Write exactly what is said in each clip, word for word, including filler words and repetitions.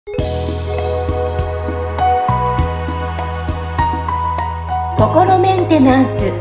心メンテナンス。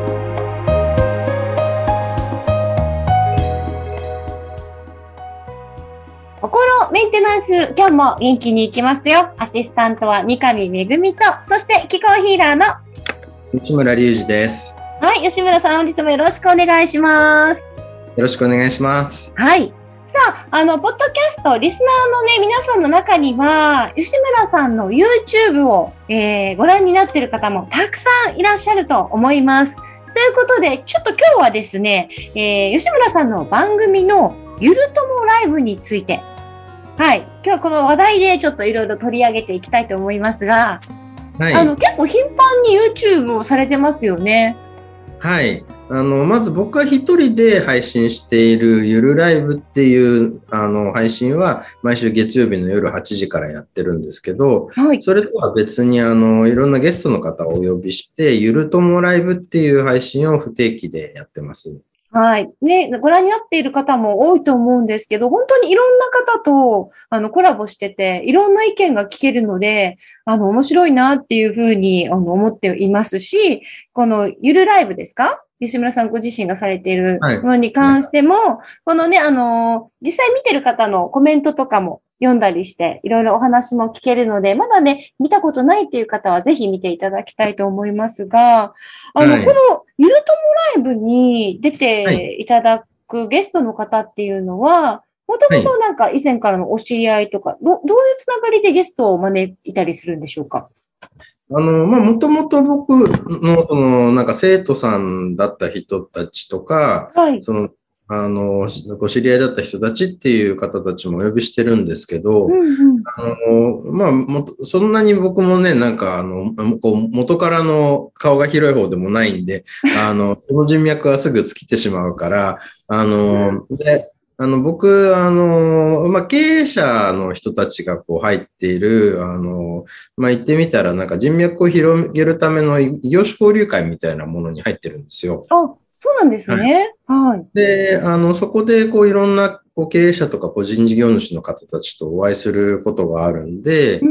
心メンテナンス、今日も元気にいきますよ。アシスタントは三上めぐみと、そして気候ヒーラーの吉村隆二です。 はい、吉村さん、本日もよろしくお願いします。 よろしくお願いします。 はい。さあ、あの、ポッドキャスト、リスナーのね、皆さんの中には、吉村さんの YouTube を、えー、ご覧になっている方もたくさんいらっしゃると思います。ということで、ちょっと今日はですね、えー、吉村さんの番組のゆるともライブについて、はい、今日はこの話題でちょっといろいろ取り上げていきたいと思いますが、はい、あの、結構頻繁に YouTube をされてますよね。 はい。あの、まず僕は一人で配信しているゆるライブっていうあの配信は毎週月曜日の夜はちじからやってるんですけど、はい、それとは別にあの、いろんなゲストの方をお呼びして、ゆるともライブっていう配信を不定期でやってます。 はい。ね、ご覧になっている方も多いと思うんですけど、本当にいろんな方と、あの、コラボしてて、いろんな意見が聞けるので、あの、面白いなっていうふうに、あの、思っていますし、この、ゆるライブですか？吉村さんご自身がされているのに関しても、はい、このね、あの、実際見てる方のコメントとかも読んだりして、いろいろお話も聞けるので、まだね、見たことないっていう方はぜひ見ていただきたいと思いますが、あの、はい、このゆるともライブに出ていただくゲストの方っていうのは、もともとなんか以前からのお知り合いとか、ど、どういうつながりでゲストを招いたりするんでしょうか？ あの、まあ、もともと僕の、その、なんか生徒さんだった人たちとか、はい、その、あの、ご知り合いだった人たちっていう方たちもお呼びしてるんですけど、うんうん、あの、まあ、もそんなに僕もね、なんか、あの、こう元からの顔が広い方でもないんで、あの、この人脈はすぐ尽きてしまうから、あの、で、あの、僕、あの、まあ、経営者の人たちがこう入っている、あの、まあ、言ってみたら、なんか人脈を広げるための異業種交流会みたいなものに入ってるんですよ。 あ、そうなんですね。はい。はい、 で、あの、そこで、こう、いろんなこう経営者とか個人事業主の方たちとお会いすることがあるんで、うん、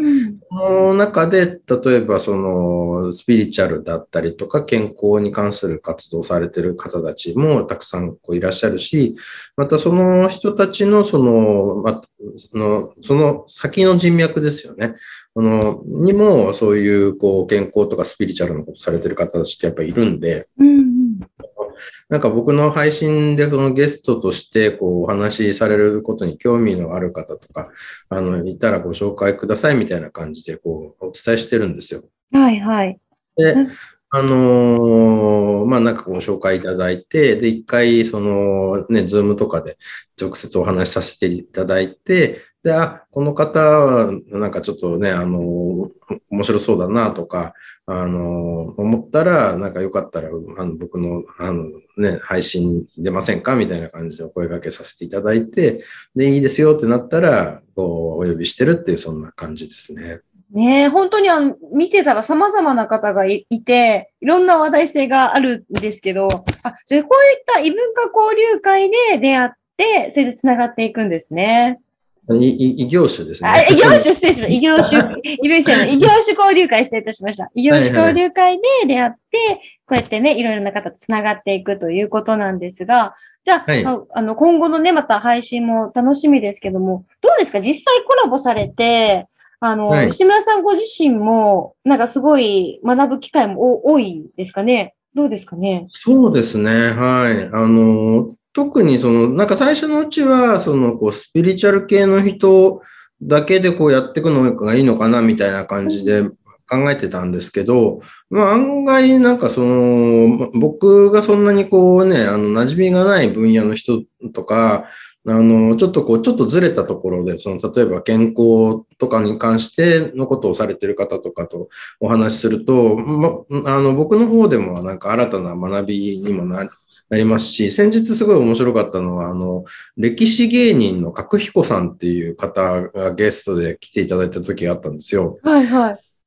その中で、例えば、その、スピリチュアルだったりとか、健康に関する活動をされている方たちもたくさんこういらっしゃるし、またその人たちの、その、ま、その、その先の人脈ですよね。あの、にも、そういう、こう、健康とかスピリチュアルのことされている方たちってやっぱりいるんで、うんなんか僕の配信でそのゲストとしてこうお話しされることに興味のある方とか、あの、いたらご紹介くださいみたいな感じでこうお伝えしてるんですよ。 はいはい。 で、あのー、まあ、なんかご紹介いただいて、で、一回そのね、ズームとかで直接お話しさせていただいて、で、あ、この方はなんかちょっとね、あのー、面白そうだなとか、あの、思ったら、なんかよかったら、あの、僕の、あの、ね、配信出ませんかみたいな感じでお声掛けさせていただいて、で、いいですよってなったら、こう、お呼びしてるっていう、そんな感じですね。 ねえ、本当にあの、見てたら様々な方が い, いて、いろんな話題性があるんですけど、あ、じゃあこういった異文化交流会で出会って、それで繋がっていくんですね。 異業種ですね。 あ、異業種失礼しました。異業種、異業種、異業種交流会失礼いたしました。異業種交流会で出会って、はいはい、こうやってね、いろいろな方と繋がっていくということなんですが、じゃあ、はい、あ, あの、今後のね、また配信も楽しみですけども、どうですか？実際コラボされて、あの、はい、吉村さんご自身も、なんかすごい学ぶ機会も多いですかね？どうですかね？ そうですね。はい。あの、特にその、なんか最初のうちは、その、こう、スピリチュアル系の人だけでこうやっていくのがいいのかな、みたいな感じで考えてたんですけど、まあ案外なんかその、僕がそんなにこうね、あの、馴染みがない分野の人とか、あの、ちょっとこう、ちょっとずれたところで、その、例えば健康とかに関してのことをされている方とかとお話しすると、ま、あの、僕の方でもなんか新たな学びにもなり、なりますし、先日すごい面白かったのは、あの、歴史芸人の角彦さんっていう方がゲストで来ていただいた時があったんですよ。 はいはい。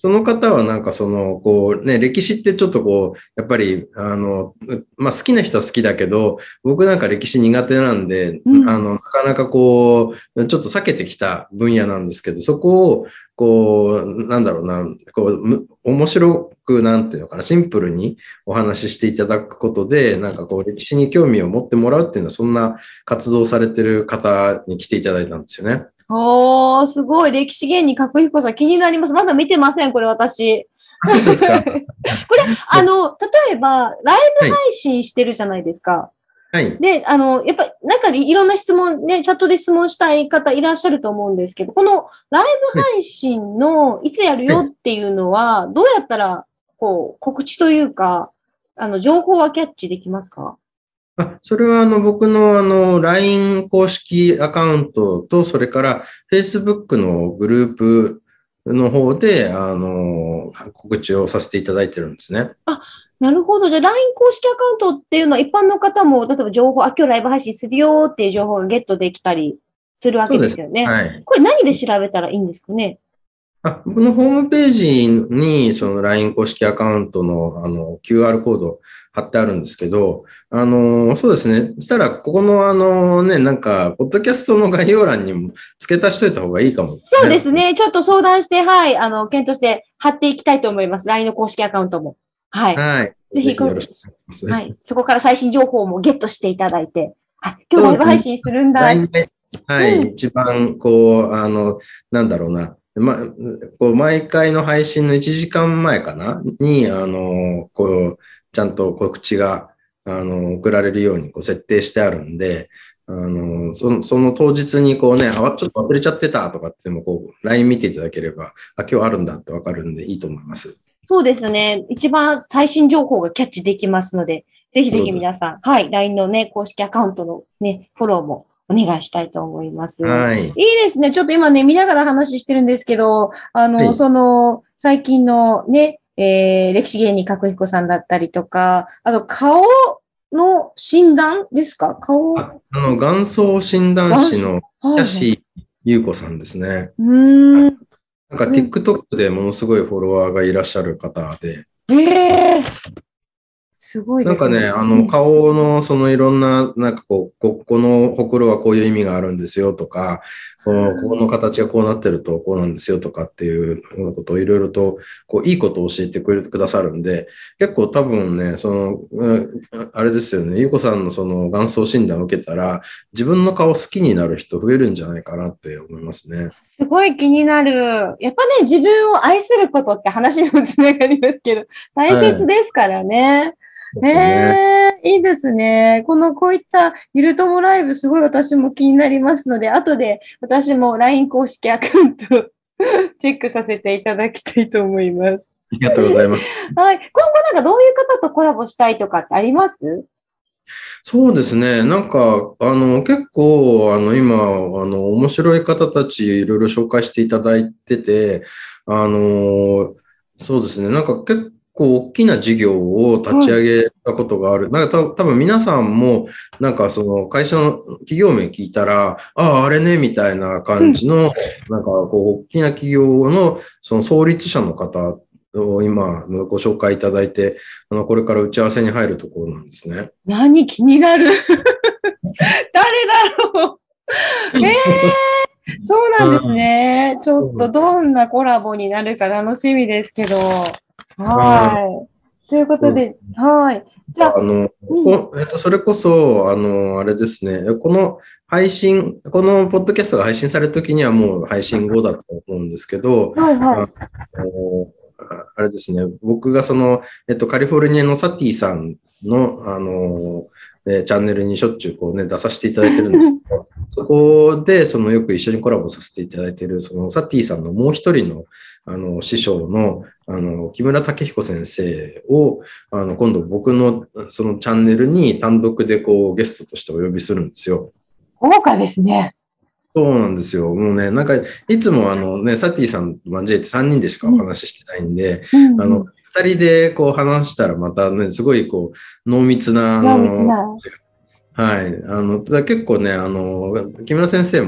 その方はなんかその、こうね、歴史ってちょっとこう、やっぱり、あの、まあ好きな人は好きだけど、僕なんか歴史苦手なんで、 うん、 あの、なかなかこう、ちょっと避けてきた分野なんですけど、そこを、こう、なんだろうな、こう、む面白く、なんていうのかな、シンプルにお話ししていただくことで、なんかこう、歴史に興味を持ってもらうっていうのは、そんな活動されてる方に来ていただいたんですよね。 おー、すごい。歴史芸人、角彦さん気になります。まだ見てません、これ私。 あ、そうですか。 これ、あの、例えば、ライブはい。 配信してるじゃないですか。 はい。 で、あの、やっぱり中でいろんな質問ね、チャットで質問したい方いらっしゃると思うんですけど、このライブ配信のいつやるはい。 よっていうのは、どうやったら、こう、告知というか、あの、情報はキャッチできますか？ あ、それはあの僕のあの ライン 公式アカウントと、それから Facebook のグループの方で、あの、告知をさせていただいてるんですね。 あ、なるほど。じゃあ、ライン 公式アカウントっていうのは一般の方も、例えば情報、あ、今日ライブ配信するよっていう情報がゲットできたりするわけそうです。 ですよね。 はい。 これ何で調べたらいいんですかね？ あ、僕のホームページに、その ライン 公式アカウントの、あの、キューアール コード貼ってあるんですけど、あの、そうですね。そしたら、ここの、あのね、なんか、ポッドキャストの概要欄にも付け足しといた方がいいかもですそうでね。 すね。ちょっと相談して、はい、あの、検討して貼っていきたいと思います。ライン の公式アカウントも。はい。 はい。ぜぜひこ、 ひよろしくお願いします。 はい。そこから最新情報もゲットしていただいて、あ、今日ライブ配そうですね。 信するんだ。 ライン で、はい、 うん。 一番、こう、あの、なんだろうな、ま、こう、毎回の配信のいちじかんまえかなに、あの、こう、ちゃんと告知が、あの、送られるように、こう、設定してあるんで、あの、その、その当日に、こうね、あ、ちょっと忘れちゃってたとかっても、こう、ライン 見ていただければ、あ、今日あるんだってわかるんでいいと思います。 そうですね。一番最新情報がキャッチできますので、ぜひぜそうです。 ひ皆さん、はい、ライン のね、公式アカウントのね、フォローもお願いしたいと思います。 はい。 いいですね。ちょっと今ね、見ながら話してるんですけど、あの、 はい。 その、最近のね、えー、歴史芸人角彦さんだったりとか、あと、顔の診断ですか？顔、 あ、あの、元祖診断元祖。 士のはいはい。 ヤシ優子さんですね。 うーん。 なんかうん、 TikTok でものすごいフォロワーがいらっしゃる方で、 ええー、すごいですね。 なんかね、あの、 うん。 顔のそのいろんな、なんかこう、ここのほくろはこういう意味があるんですよとか、このここの形がこうなってるとこうなんですよとかっていうようなことをいろいろと、こう、いいことを教えてくれくださるんで、結構多分ね、その、うんあれですよね、ゆうこさんのその元祖診断を受けたら、自分の顔好きになる人増えるんじゃないかなって思いますね。 すごい気になる。やっぱね、自分を愛することって話にもつながりますけど、大切はい。 ですからね。えですよね。 えー、いいですね。この、こういったゆるともライブ、すごい私も気になりますので、後で私も ライン 公式アカウントチェックさせていただきたいと思います。 ありがとうございます。 はい。今後なんかどういう方とコラボしたいとかってあります？ そうですね。なんか、あの、結構、あの、今、あの、面白い方たちいろいろ紹介していただいてて、あの、そうですね。なんか結構大きな事業を立ちはい。 上げたことがある。なんかた多分皆さんも、なんかその会社の企業名聞いたら、ああ、あれね、みたいなうん。 感じの、なんかこう、大きな企業のその創立者の方を今ご紹介いただいて、あの、これから打ち合わせに入るところなんですね。 何気になる。誰だろう。ええー、そうなんですうんね。ちょっとそうどんなコラボになるか楽しみですけど。 あはい。ということそうで、はい。じゃあ、 あの、 うん。 こえっと、それこそ、あの、あれですね、この配信、このポッドキャストが配信されるときにはもう配信後だと思うんですけど、あはいはい。 の、あれですね、僕がその、えっと、カリフォルニアのサティさんの、あの、えーチャンネルにしょっちゅうこうね、出させていただいてるんですけど、そこで、そのよく一緒にコラボさせていただいている、そのサティさんのもう一人の、あの、師匠の、あの、木村武彦先生を、あの、今度僕のそのチャンネルに単独でこうゲストとしてお呼びするんですよ。 豪華ですね。 そうなんですよ。もうね、なんか、いつもあのね、サティさんとマンジェイってさんにんでしかおうん。 話ししてないんで、あの、 うんうん。 ふたりでこう話したらまたね、すごいこう、濃密な、あ濃密の、 な。 はい。あの、ただ結構ね、あの、木村先生も、あ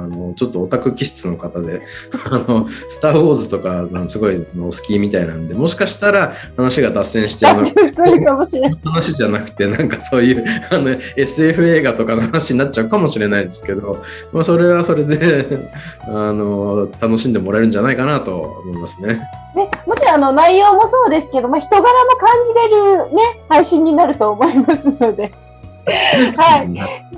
の、ちょっとオタク気質の方で、あの、スター・ウォーズとか、すごいお好きみたいなんで、もしかしたら話が脱線してるの脱線するかもしれない。 話じゃなくて、なんかそういうあの エスエフ 映画とかの話になっちゃうかもしれないですけど、まあ、それはそれであの楽しんでもらえるんじゃないかなと思いますね。 ね、もちろんあの内容もそうですけど、まあ、人柄も感じれる、ね、配信になると思いますので、はい、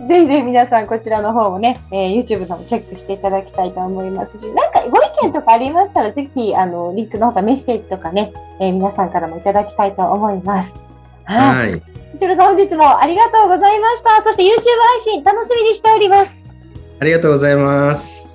ぜひぜひ皆さんこちらの方もね、えー、YouTube の方もチェックしていただきたいと思いますし、なんかご意見とかありましたら、ぜひあのリンクの方かメッセージとかね、えー、皆さんからもいただきたいと思います。はい。後ろさん、本日もありがとうございました。そして YouTube 配信楽しみにしております。 ありがとうございます。